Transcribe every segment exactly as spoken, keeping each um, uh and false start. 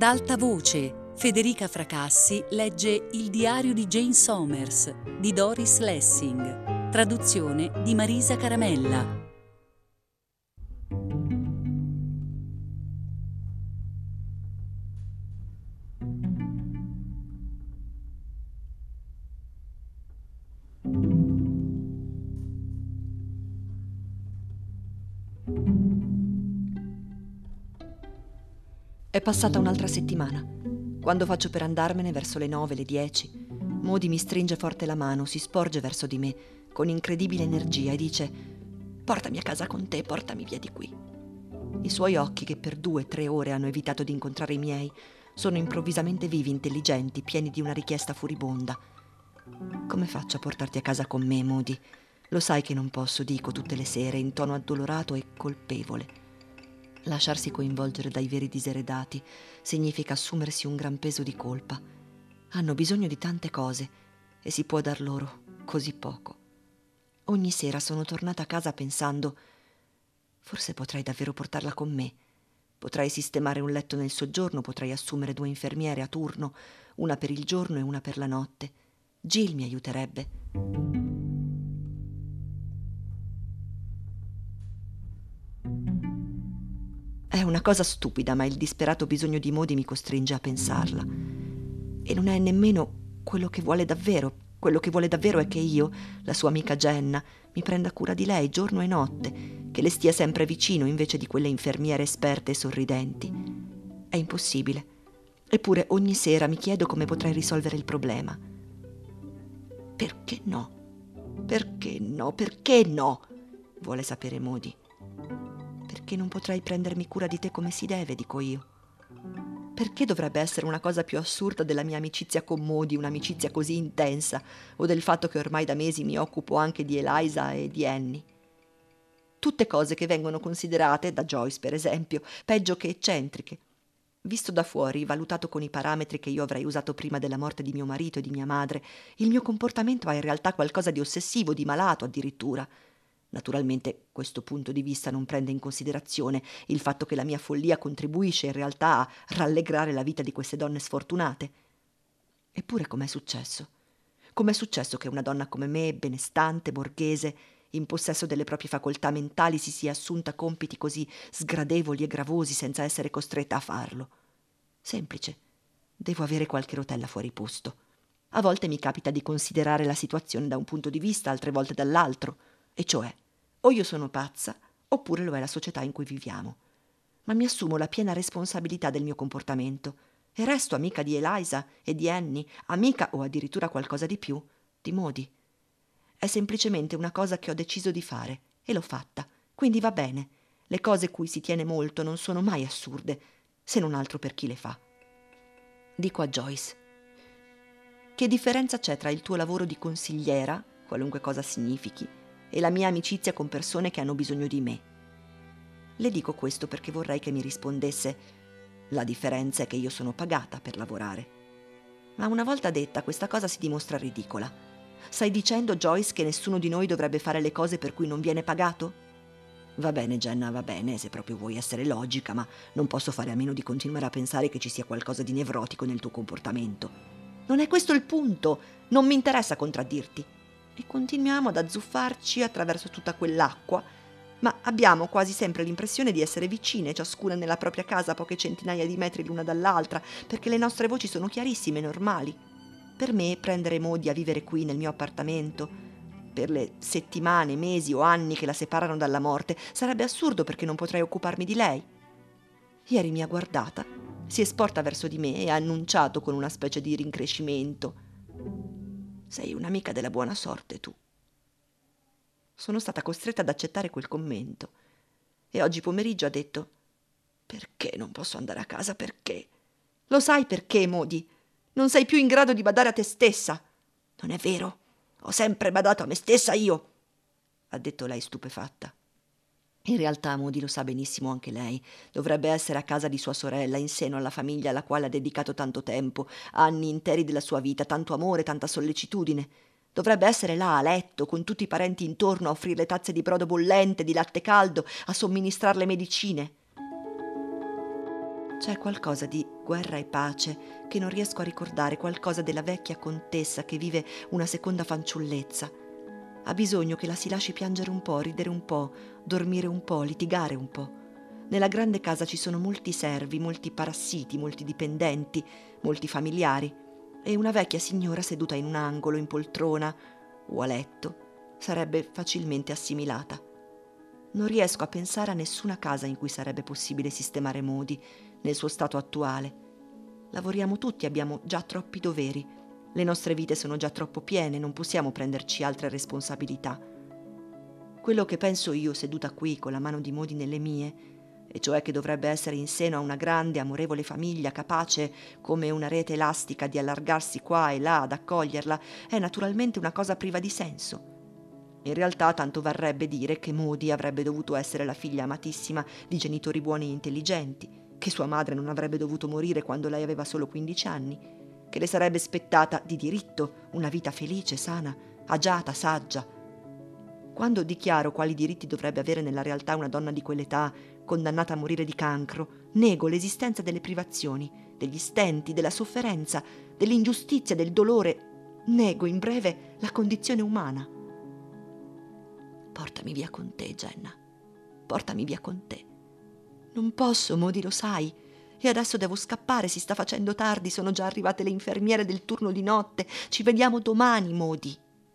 Ad alta voce, Federica Fracassi legge Il diario di Jane Somers di Doris Lessing, traduzione di Marisa Caramella. È passata un'altra settimana. Quando faccio per andarmene verso le nove, le dieci, Modi mi stringe forte la mano, si sporge verso di me con incredibile energia e dice: «Portami a casa con te, portami via di qui». I suoi occhi, che per due, tre ore hanno evitato di incontrare i miei, sono improvvisamente vivi, intelligenti, pieni di una richiesta furibonda. «Come faccio a portarti a casa con me, Modi? Lo sai che non posso», dico tutte le sere, in tono addolorato e colpevole. Lasciarsi coinvolgere dai veri diseredati significa assumersi un gran peso di colpa. Hanno bisogno di tante cose e si può dar loro così poco. Ogni sera sono tornata a casa pensando: forse potrei davvero portarla con me. Potrei sistemare un letto nel soggiorno, potrei assumere due infermiere a turno, una per il giorno e una per la notte. Jill mi aiuterebbe. È una cosa stupida, ma il disperato bisogno di Modi mi costringe a pensarla. E non è nemmeno quello che vuole davvero. Quello che vuole davvero è che io, la sua amica Jenna, mi prenda cura di lei giorno e notte, che le stia sempre vicino invece di quelle infermiere esperte e sorridenti. È impossibile. Eppure ogni sera mi chiedo come potrei risolvere il problema. Perché no? Perché no? Perché no? Vuole sapere Modi. Perché non potrei prendermi cura di te come si deve, dico io. Perché dovrebbe essere una cosa più assurda della mia amicizia con Modi, un'amicizia così intensa, o del fatto che ormai da mesi mi occupo anche di Eliza e di Annie? Tutte cose che vengono considerate, da Joyce per esempio, peggio che eccentriche. Visto da fuori, valutato con i parametri che io avrei usato prima della morte di mio marito e di mia madre, il mio comportamento ha in realtà qualcosa di ossessivo, di malato addirittura. Naturalmente questo punto di vista non prende in considerazione il fatto che la mia follia contribuisce in realtà a rallegrare la vita di queste donne sfortunate. Eppure com'è successo? Com'è successo che una donna come me, benestante, borghese, in possesso delle proprie facoltà mentali, si sia assunta compiti così sgradevoli e gravosi senza essere costretta a farlo? Semplice. Devo avere qualche rotella fuori posto. A volte mi capita di considerare la situazione da un punto di vista, altre volte dall'altro. E cioè, o io sono pazza, oppure lo è la società in cui viviamo. Ma mi assumo la piena responsabilità del mio comportamento e resto amica di Eliza e di Annie, amica o addirittura qualcosa di più, di Modi. È semplicemente una cosa che ho deciso di fare e l'ho fatta, quindi va bene. Le cose cui si tiene molto non sono mai assurde, se non altro per chi le fa. Dico a Joyce: che differenza c'è tra il tuo lavoro di consigliera, qualunque cosa significhi, e la mia amicizia con persone che hanno bisogno di me? Le dico questo perché vorrei che mi rispondesse: la differenza è che io sono pagata per lavorare. Ma una volta detta, questa cosa si dimostra ridicola. Stai dicendo, Joyce, che nessuno di noi dovrebbe fare le cose per cui non viene pagato? Va bene, Jenna, va bene, se proprio vuoi essere logica, ma non posso fare a meno di continuare a pensare che ci sia qualcosa di nevrotico nel tuo comportamento. Non è questo il punto, non mi interessa contraddirti. E continuiamo ad azzuffarci attraverso tutta quell'acqua, ma abbiamo quasi sempre l'impressione di essere vicine, ciascuna nella propria casa a poche centinaia di metri l'una dall'altra, perché le nostre voci sono chiarissime e normali. Per me, prendere Modi a vivere qui nel mio appartamento, per le settimane, mesi o anni che la separano dalla morte, sarebbe assurdo perché non potrei occuparmi di lei. Ieri mi ha guardata, si è sporta verso di me e ha annunciato con una specie di rincrescimento: «Sei un'amica della buona sorte, tu». Sono stata costretta ad accettare quel commento e oggi pomeriggio ha detto: «Perché non posso andare a casa? Perché?» «Lo sai perché, Modi? Non sei più in grado di badare a te stessa». «Non è vero, ho sempre badato a me stessa io», ha detto lei stupefatta. In realtà Modi lo sa benissimo anche lei. Dovrebbe essere a casa di sua sorella, in seno alla famiglia alla quale ha dedicato tanto tempo, anni interi della sua vita, tanto amore, tanta sollecitudine. Dovrebbe essere là a letto, con tutti i parenti intorno, a offrirle tazze di brodo bollente, di latte caldo, a somministrarle medicine. C'è qualcosa di guerra e pace che non riesco a ricordare, qualcosa della vecchia contessa che vive una seconda fanciullezza. Ha bisogno che la si lasci piangere un po', ridere un po', dormire un po', litigare un po'. Nella grande casa ci sono molti servi, molti parassiti, molti dipendenti, molti familiari, e una vecchia signora seduta in un angolo, in poltrona o a letto, sarebbe facilmente assimilata. Non riesco a pensare a nessuna casa in cui sarebbe possibile sistemare Maudie nel suo stato attuale. Lavoriamo tutti, abbiamo già troppi doveri. Le nostre vite sono già troppo piene, non possiamo prenderci altre responsabilità. Quello che penso io, seduta qui con la mano di Maudie nelle mie, e cioè che dovrebbe essere in seno a una grande, amorevole famiglia, capace, come una rete elastica, di allargarsi qua e là, ad accoglierla, è naturalmente una cosa priva di senso. In realtà tanto varrebbe dire che Maudie avrebbe dovuto essere la figlia amatissima di genitori buoni e intelligenti, che sua madre non avrebbe dovuto morire quando lei aveva solo quindici anni, che le sarebbe spettata di diritto una vita felice, sana, agiata, saggia. Quando dichiaro quali diritti dovrebbe avere nella realtà una donna di quell'età, condannata a morire di cancro, nego l'esistenza delle privazioni, degli stenti, della sofferenza, dell'ingiustizia, del dolore. Nego, in breve, la condizione umana. Portami via con te, Jenna. Portami via con te. Non posso, Maudie, lo sai. E adesso devo scappare, si sta facendo tardi, sono già arrivate le infermiere del turno di notte. Ci vediamo domani, Maudie.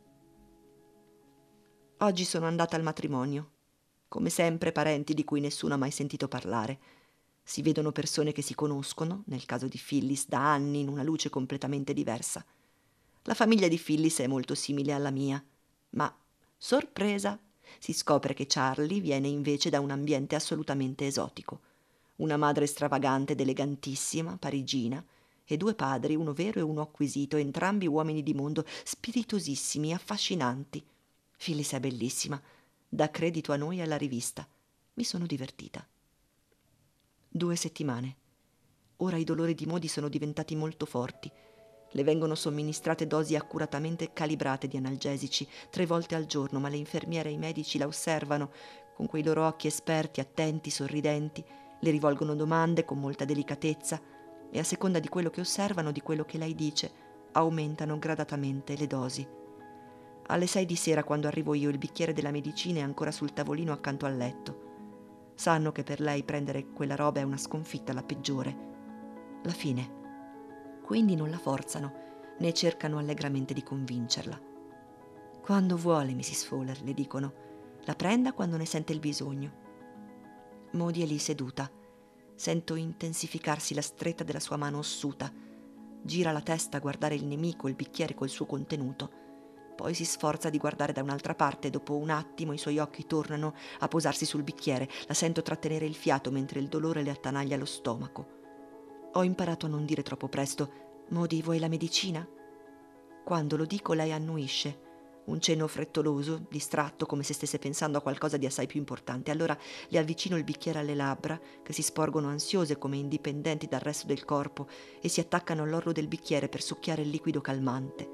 Oggi sono andata al matrimonio. Come sempre parenti di cui nessuno ha mai sentito parlare. Si vedono persone che si conoscono, nel caso di Phyllis, da anni in una luce completamente diversa. La famiglia di Phyllis è molto simile alla mia, ma, sorpresa, si scopre che Charlie viene invece da un ambiente assolutamente esotico. Una madre stravagante ed elegantissima, parigina, e due padri, uno vero e uno acquisito, entrambi uomini di mondo, spiritosissimi, affascinanti. Phyllis è bellissima, dà credito a noi e alla rivista. Mi sono divertita. Due settimane. Ora i dolori di Maudie sono diventati molto forti. Le vengono somministrate dosi accuratamente calibrate di analgesici tre volte al giorno, ma le infermiere e i medici la osservano con quei loro occhi esperti, attenti, sorridenti, le rivolgono domande con molta delicatezza e a seconda di quello che osservano, di quello che lei dice, aumentano gradatamente le dosi. Alle sei di sera, quando arrivo io, il bicchiere della medicina è ancora sul tavolino accanto al letto. Sanno che per lei prendere quella roba è una sconfitta, la peggiore. La fine. Quindi non la forzano, né cercano allegramente di convincerla. Quando vuole, missus Fowler, le dicono. La prenda quando ne sente il bisogno. Maudie è lì seduta. Sento intensificarsi la stretta della sua mano ossuta. Gira la testa a guardare il nemico, il bicchiere col suo contenuto. Poi si sforza di guardare da un'altra parte e dopo un attimo i suoi occhi tornano a posarsi sul bicchiere. La sento trattenere il fiato mentre il dolore le attanaglia lo stomaco. Ho imparato a non dire troppo presto: Maudie, vuoi la medicina? Quando lo dico lei annuisce, un cenno frettoloso, distratto, come se stesse pensando a qualcosa di assai più importante. Allora le avvicino il bicchiere alle labbra, che si sporgono ansiose come indipendenti dal resto del corpo, e si attaccano all'orlo del bicchiere per succhiare il liquido calmante.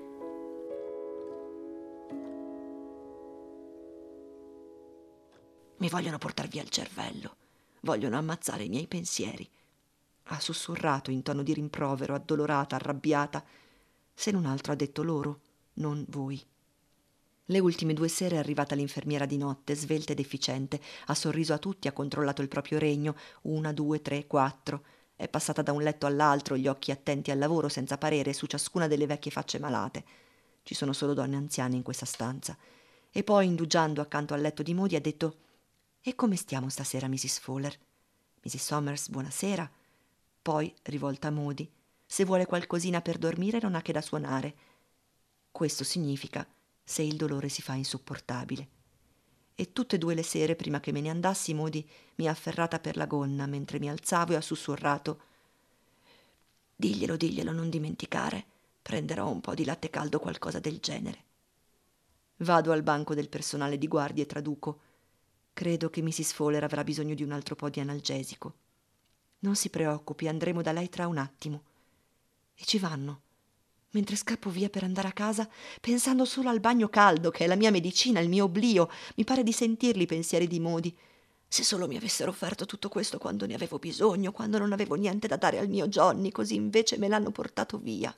Mi vogliono portar via il cervello, vogliono ammazzare i miei pensieri. Ha sussurrato in tono di rimprovero, addolorata, arrabbiata. Se non altro ha detto loro, non voi. Le ultime due sere è arrivata l'infermiera di notte, svelta ed efficiente, ha sorriso a tutti, ha controllato il proprio regno, una, due, tre, quattro. È passata da un letto all'altro, gli occhi attenti al lavoro, senza parere, su ciascuna delle vecchie facce malate. Ci sono solo donne anziane in questa stanza. E poi, indugiando accanto al letto di Maudie, ha detto: «E come stiamo stasera, missus Fowler?» «missus Somers, buonasera». Poi, rivolta a Maudie: «Se vuole qualcosina per dormire non ha che da suonare». Questo significa se il dolore si fa insopportabile. E tutte e due le sere, prima che me ne andassi, Maudie mi ha afferrata per la gonna mentre mi alzavo e ha sussurrato: «Diglielo, diglielo, non dimenticare. Prenderò un po' di latte caldo o qualcosa del genere». Vado al banco del personale di guardia e traduco: «Credo che missus Fowler avrà bisogno di un altro po' di analgesico». «Non si preoccupi, andremo da lei tra un attimo». E ci vanno, mentre scappo via per andare a casa, pensando solo al bagno caldo, che è la mia medicina, il mio oblio. Mi pare di sentirli i pensieri di Maudie. Se solo mi avessero offerto tutto questo quando ne avevo bisogno, quando non avevo niente da dare al mio Johnny, così invece me l'hanno portato via.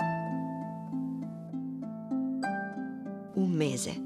Un mese.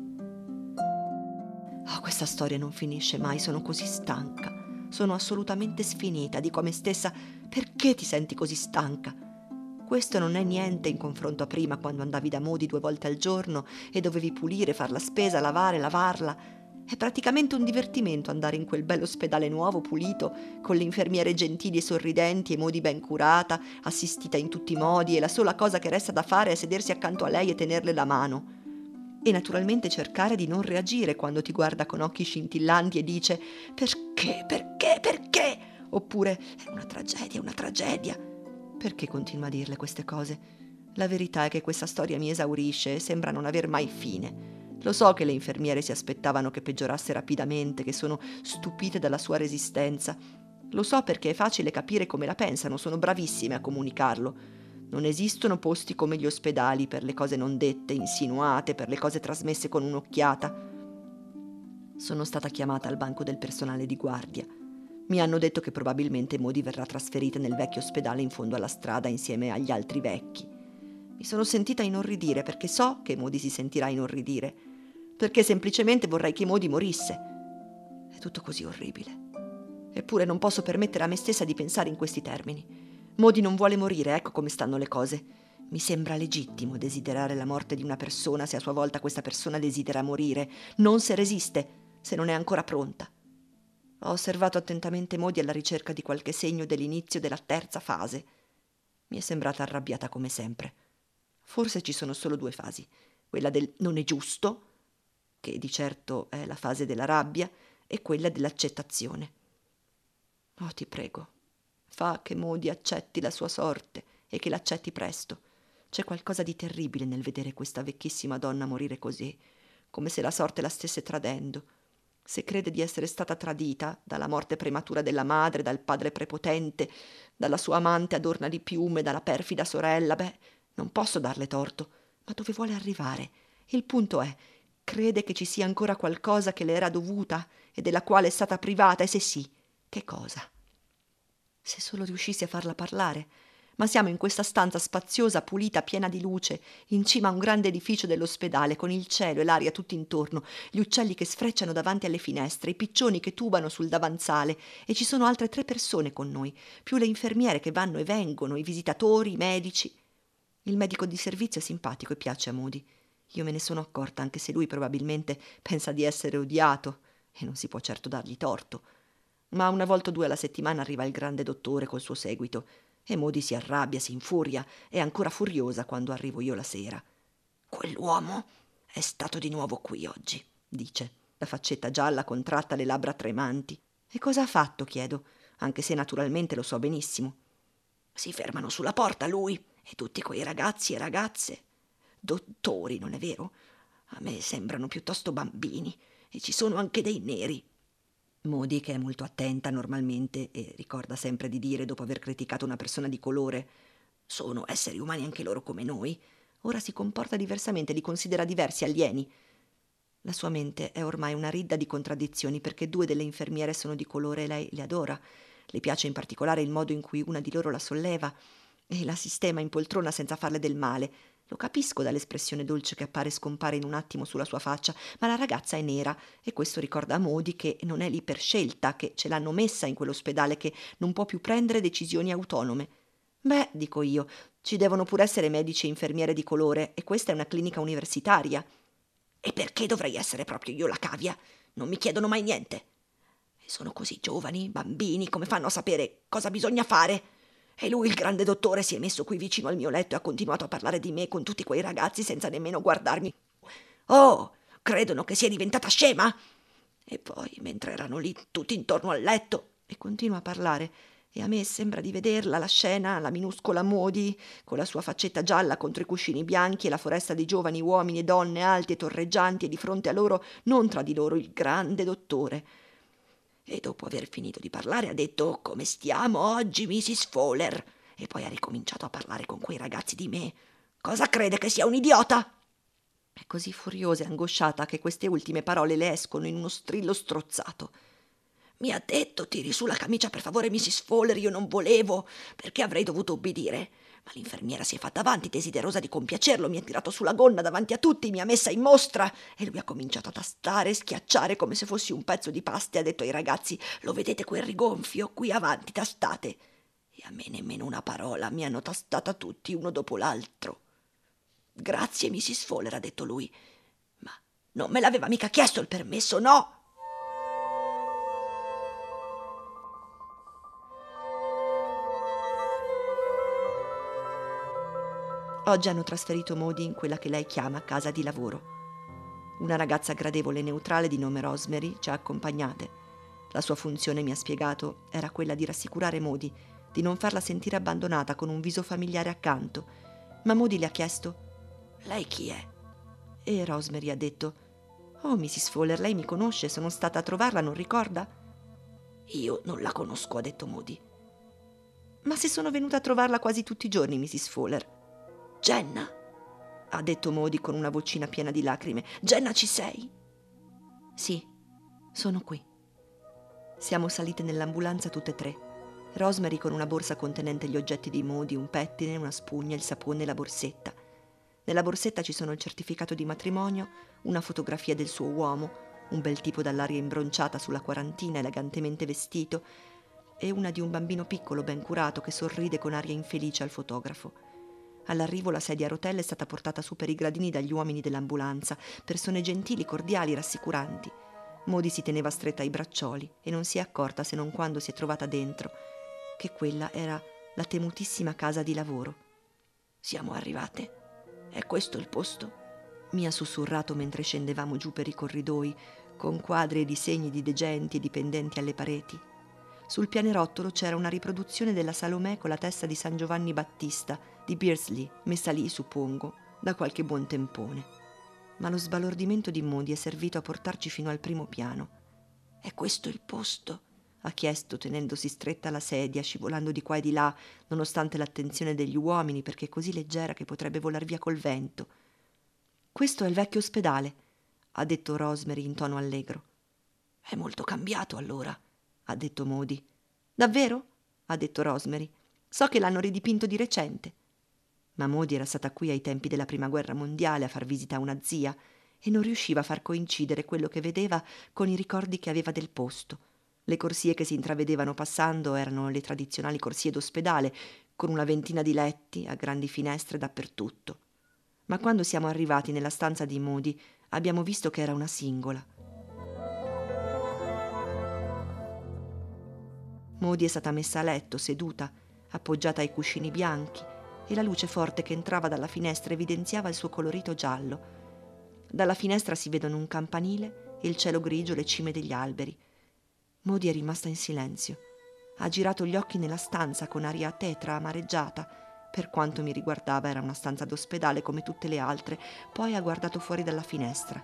Oh, questa storia non finisce mai, sono così stanca. Sono assolutamente sfinita. Dico a me stessa, perché ti senti così stanca? Questo non è niente in confronto a prima, quando andavi da Modi due volte al giorno e dovevi pulire, far la spesa, lavare, lavarla. È praticamente un divertimento andare in quel bello ospedale nuovo, pulito, con le infermiere gentili e sorridenti e Modi ben curata, assistita in tutti i modi, e la sola cosa che resta da fare è sedersi accanto a lei e tenerle la mano. E naturalmente cercare di non reagire quando ti guarda con occhi scintillanti e dice «Perché, perché, perché?» Oppure «È una tragedia, una tragedia». Perché continua a dirle queste cose? La verità è che questa storia mi esaurisce e sembra non aver mai fine. Lo so che le infermiere si aspettavano che peggiorasse rapidamente, che sono stupite dalla sua resistenza. Lo so perché è facile capire come la pensano, sono bravissime a comunicarlo. Non esistono posti come gli ospedali per le cose non dette, insinuate, per le cose trasmesse con un'occhiata. Sono stata chiamata al banco del personale di guardia. Mi hanno detto che probabilmente Modi verrà trasferita nel vecchio ospedale in fondo alla strada insieme agli altri vecchi. Mi sono sentita inorridire perché so che Modi si sentirà inorridire, perché semplicemente vorrei che Modi morisse. È tutto così orribile. Eppure non posso permettere a me stessa di pensare in questi termini. Modi non vuole morire, ecco come stanno le cose. Mi sembra legittimo desiderare la morte di una persona se a sua volta questa persona desidera morire, non se resiste, se non è ancora pronta. Ho osservato attentamente Modi alla ricerca di qualche segno dell'inizio della terza fase. Mi è sembrata arrabbiata come sempre. Forse ci sono solo due fasi, quella del non è giusto, che di certo è la fase della rabbia, e quella dell'accettazione. Oh, ti prego, fa che Modi accetti la sua sorte e che l'accetti presto. C'è qualcosa di terribile nel vedere questa vecchissima donna morire così, come se la sorte la stesse tradendo. Se crede di essere stata tradita dalla morte prematura della madre, dal padre prepotente, dalla sua amante adorna di piume, dalla perfida sorella, beh, non posso darle torto, ma dove vuole arrivare? Il punto è, crede che ci sia ancora qualcosa che le era dovuta e della quale è stata privata, e se sì, che cosa? Se solo riuscissi a farla parlare. Ma siamo in questa stanza spaziosa, pulita, piena di luce, in cima a un grande edificio dell'ospedale, con il cielo e l'aria tutti intorno, gli uccelli che sfrecciano davanti alle finestre, i piccioni che tubano sul davanzale, e ci sono altre tre persone con noi, più le infermiere che vanno e vengono, i visitatori, i medici. Il medico di servizio è simpatico e piace a Modi. Io me ne sono accorta, anche se lui probabilmente pensa di essere odiato, e non si può certo dargli torto. Ma una volta o due alla settimana arriva il grande dottore col suo seguito, e Modi si arrabbia, si infuria, è ancora furiosa quando arrivo io la sera. «Quell'uomo è stato di nuovo qui oggi», dice, la faccetta gialla contratta, le labbra tremanti. «E cosa ha fatto?» chiedo, anche se naturalmente lo so benissimo. «Si fermano sulla porta lui e tutti quei ragazzi e ragazze. Dottori, non è vero? A me sembrano piuttosto bambini, e ci sono anche dei neri». Modi, che è molto attenta normalmente e ricorda sempre di dire, dopo aver criticato una persona di colore, «Sono esseri umani anche loro come noi», ora si comporta diversamente, li considera diversi, alieni. La sua mente è ormai una ridda di contraddizioni, perché due delle infermiere sono di colore e lei le adora. Le piace in particolare il modo in cui una di loro la solleva e la sistema in poltrona senza farle del male. Lo capisco dall'espressione dolce che appare e scompare in un attimo sulla sua faccia, ma la ragazza è nera, e questo ricorda a Modi che non è lì per scelta, che ce l'hanno messa in quell'ospedale, che non può più prendere decisioni autonome. «Beh», dico io, «ci devono pure essere medici e infermiere di colore, e questa è una clinica universitaria». «E perché dovrei essere proprio io la cavia? Non mi chiedono mai niente. E sono così giovani, bambini, come fanno a sapere cosa bisogna fare?» E lui, il grande dottore, si è messo qui vicino al mio letto e ha continuato a parlare di me con tutti quei ragazzi senza nemmeno guardarmi. «Oh, credono che sia diventata scema?» E poi, mentre erano lì tutti intorno al letto, e continua a parlare, e a me sembra di vederla, la scena, la minuscola Modi, con la sua faccetta gialla contro i cuscini bianchi e la foresta di giovani uomini e donne alti e torreggianti, e di fronte a loro, non tra di loro, il grande dottore. E dopo aver finito di parlare ha detto «Come stiamo oggi, missis Fowler?» E poi ha ricominciato a parlare con quei ragazzi di me. «Cosa crede, che sia un idiota?» È così furiosa e angosciata che queste ultime parole le escono in uno strillo strozzato. Mi ha detto: tiri su la camicia per favore, missis Fowler. Io non volevo, perché avrei dovuto obbedire. Ma l'infermiera si è fatta avanti, desiderosa di compiacerlo, mi ha tirato sulla gonna davanti a tutti, mi ha messa in mostra e lui ha cominciato a tastare, schiacciare come se fossi un pezzo di pasta e ha detto ai ragazzi: lo vedete quel rigonfio? Qui avanti, tastate. E a me nemmeno una parola, mi hanno tastata tutti, uno dopo l'altro. Grazie, missis Fowler, ha detto lui, ma non me l'aveva mica chiesto il permesso, no! Oggi hanno trasferito Maudie in quella che lei chiama casa di lavoro. Una ragazza gradevole e neutrale di nome Rosemary ci ha accompagnate. La sua funzione, mi ha spiegato, era quella di rassicurare Maudie, di non farla sentire abbandonata con un viso familiare accanto. Ma Maudie le ha chiesto: lei chi è? E Rosemary ha detto: oh, missis Fowler, lei mi conosce, sono stata a trovarla, non ricorda? Io non la conosco, ha detto Maudie. Ma se sono venuta a trovarla quasi tutti i giorni, missis Fowler. Jenna, ha detto Maudie con una vocina piena di lacrime. Jenna, ci sei? Sì, sono qui. Siamo salite nell'ambulanza tutte e tre. Rosemary con una borsa contenente gli oggetti di Maudie, un pettine, una spugna, il sapone e la borsetta. Nella borsetta ci sono il certificato di matrimonio, una fotografia del suo uomo, un bel tipo dall'aria imbronciata sulla quarantina, elegantemente vestito, e una di un bambino piccolo ben curato che sorride con aria infelice al fotografo. All'arrivo la sedia a rotelle è stata portata su per i gradini dagli uomini dell'ambulanza, persone gentili, cordiali, rassicuranti. Maudie si teneva stretta ai braccioli e non si è accorta, se non quando si è trovata dentro, che quella era la temutissima casa di lavoro. Siamo arrivate. È questo il posto? Mi ha sussurrato mentre scendevamo giù per i corridoi, con quadri e disegni di degenti e dipendenti alle pareti. Sul pianerottolo c'era una riproduzione della Salomè con la testa di San Giovanni Battista di Beardsley, messa lì, suppongo, da qualche buon tempone. Ma lo sbalordimento di Maudie è servito a portarci fino al primo piano. È questo il posto? Ha chiesto, tenendosi stretta alla sedia, scivolando di qua e di là, nonostante l'attenzione degli uomini, perché è così leggera che potrebbe volar via col vento. Questo è il vecchio ospedale, ha detto Rosemary in tono allegro. È molto cambiato allora, ha detto Maudie. Davvero? Ha detto Rosemary. So che l'hanno ridipinto di recente. Ma Maudie era stata qui ai tempi della Prima Guerra Mondiale a far visita a una zia e non riusciva a far coincidere quello che vedeva con i ricordi che aveva del posto. Le corsie che si intravedevano passando erano le tradizionali corsie d'ospedale, con una ventina di letti a grandi finestre dappertutto. Ma quando siamo arrivati nella stanza di Maudie abbiamo visto che era una singola. Maudie è stata messa a letto, seduta, appoggiata ai cuscini bianchi, e la luce forte che entrava dalla finestra evidenziava il suo colorito giallo. Dalla finestra si vedono un campanile e il cielo grigio, le cime degli alberi. Maudie è rimasta in silenzio. Ha girato gli occhi nella stanza con aria tetra, amareggiata. Per quanto mi riguardava era una stanza d'ospedale come tutte le altre. Poi ha guardato fuori dalla finestra.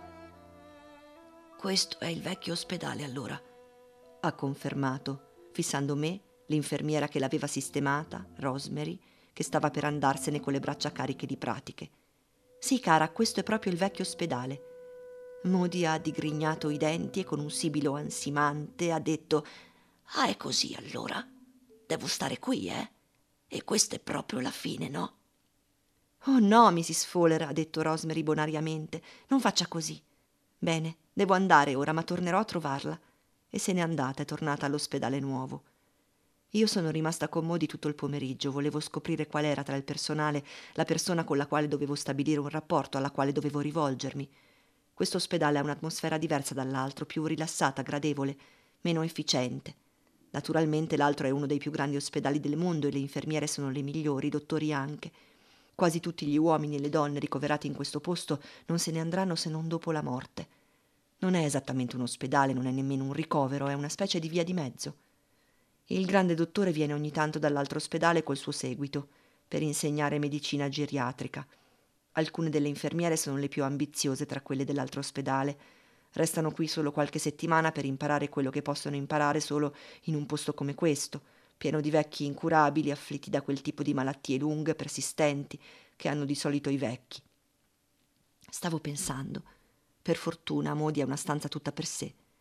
Questo è il vecchio ospedale allora, ha confermato, fissando me, l'infermiera che l'aveva sistemata, Rosemary, che stava per andarsene con le braccia cariche di pratiche. Sì, cara, questo è proprio il vecchio ospedale. Maudie ha digrignato i denti e con un sibilo ansimante ha detto: ah, è così allora? Devo stare qui, eh? E questa è proprio la fine, no? Oh no, missis Fowler, ha detto Rosemary bonariamente, non faccia così. Bene, devo andare ora, ma tornerò a trovarla. E se n'è andata, è tornata all'ospedale nuovo. Io sono rimasta con Maudie tutto il pomeriggio, volevo scoprire qual era tra il personale la persona con la quale dovevo stabilire un rapporto, alla quale dovevo rivolgermi. Questo ospedale ha un'atmosfera diversa dall'altro, più rilassata, gradevole, meno efficiente. Naturalmente l'altro è uno dei più grandi ospedali del mondo e le infermiere sono le migliori, i dottori anche. Quasi tutti gli uomini e le donne ricoverati in questo posto non se ne andranno se non dopo la morte. Non è esattamente un ospedale, non è nemmeno un ricovero, è una specie di via di mezzo. Il grande dottore viene ogni tanto dall'altro ospedale col suo seguito per insegnare medicina geriatrica. Alcune delle infermiere sono le più ambiziose tra quelle dell'altro ospedale. Restano qui solo qualche settimana per imparare quello che possono imparare solo in un posto come questo, pieno di vecchi incurabili afflitti da quel tipo di malattie lunghe, persistenti, che hanno di solito i vecchi. Stavo pensando, per fortuna Maudie ha una stanza tutta per sé.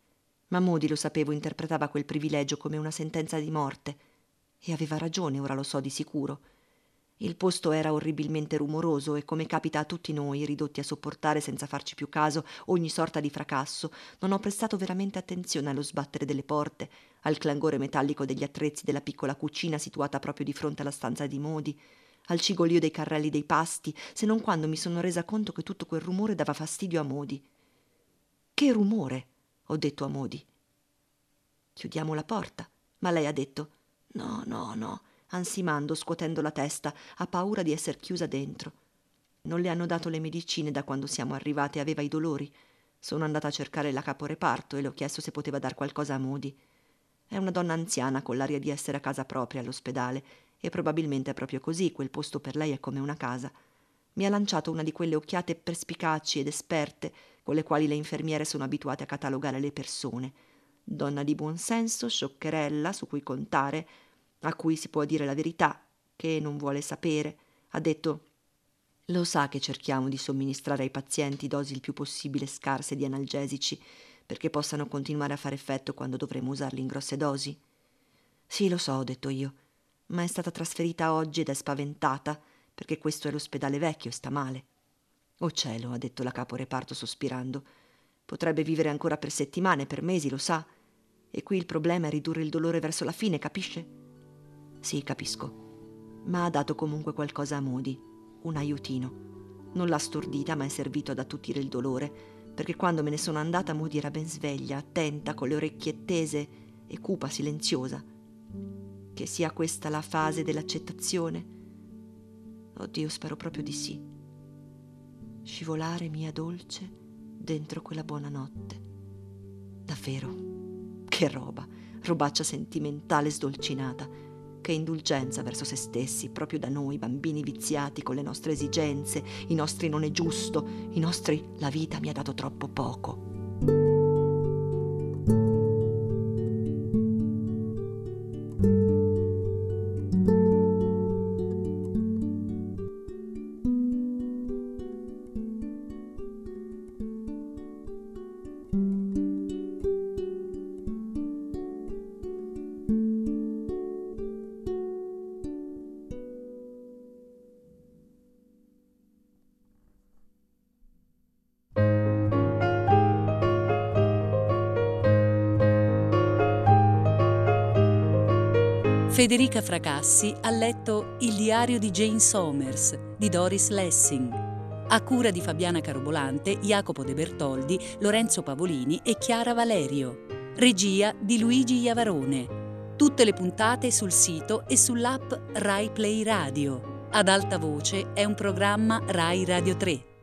Ma Modi, lo sapevo, interpretava quel privilegio come una sentenza di morte. E aveva ragione, ora lo so di sicuro. Il posto era orribilmente rumoroso e, come capita a tutti noi, ridotti a sopportare senza farci più caso ogni sorta di fracasso, non ho prestato veramente attenzione allo sbattere delle porte, al clangore metallico degli attrezzi della piccola cucina situata proprio di fronte alla stanza di Modi, al cigolio dei carrelli dei pasti, se non quando mi sono resa conto che tutto quel rumore dava fastidio a Modi. «Che rumore?» ho detto a Modi. «Chiudiamo la porta», ma lei ha detto «No, no, no», ansimando, scuotendo la testa, ha paura di esser chiusa dentro. Non le hanno dato le medicine da quando siamo arrivate, aveva i dolori. Sono andata a cercare la caporeparto e le ho chiesto se poteva dar qualcosa a Modi. È una donna anziana con l'aria di essere a casa propria all'ospedale e probabilmente è proprio così, quel posto per lei è come una casa. Mi ha lanciato una di quelle occhiate perspicaci ed esperte con le quali le infermiere sono abituate a catalogare le persone. Donna di buon senso, scioccherella, su cui contare, a cui si può dire la verità, che non vuole sapere. Ha detto: «Lo sa che cerchiamo di somministrare ai pazienti dosi il più possibile scarse di analgesici, perché possano continuare a fare effetto quando dovremo usarli in grosse dosi?» «Sì, lo so», ho detto io, «ma è stata trasferita oggi ed è spaventata, perché questo è l'ospedale vecchio e sta male». «Oh cielo», ha detto la caporeparto sospirando, «potrebbe vivere ancora per settimane, per mesi, lo sa. E qui il problema è ridurre il dolore verso la fine, capisce?» «Sì, capisco», ma ha dato comunque qualcosa a Modi, un aiutino. Non l'ha stordita, ma è servito ad attutire il dolore, perché quando me ne sono andata Modi era ben sveglia, attenta, con le orecchie tese e cupa, silenziosa. Che sia questa la fase dell'accettazione? Oddio, spero proprio di sì. Scivolare, mia dolce, dentro quella buonanotte. Davvero, che roba, robaccia sentimentale sdolcinata. Che indulgenza verso se stessi, proprio da noi, bambini viziati con le nostre esigenze, i nostri non è giusto, i nostri la vita mi ha dato troppo poco. Federica Fracassi ha letto Il diario di Jane Somers di Doris Lessing, a cura di Fabiana Carobolante, Jacopo De Bertoldi, Lorenzo Pavolini e Chiara Valerio. Regia di Luigi Iavarone. Tutte le puntate sul sito e sull'app Rai Play Radio. Ad alta voce è un programma Rai Radio tre.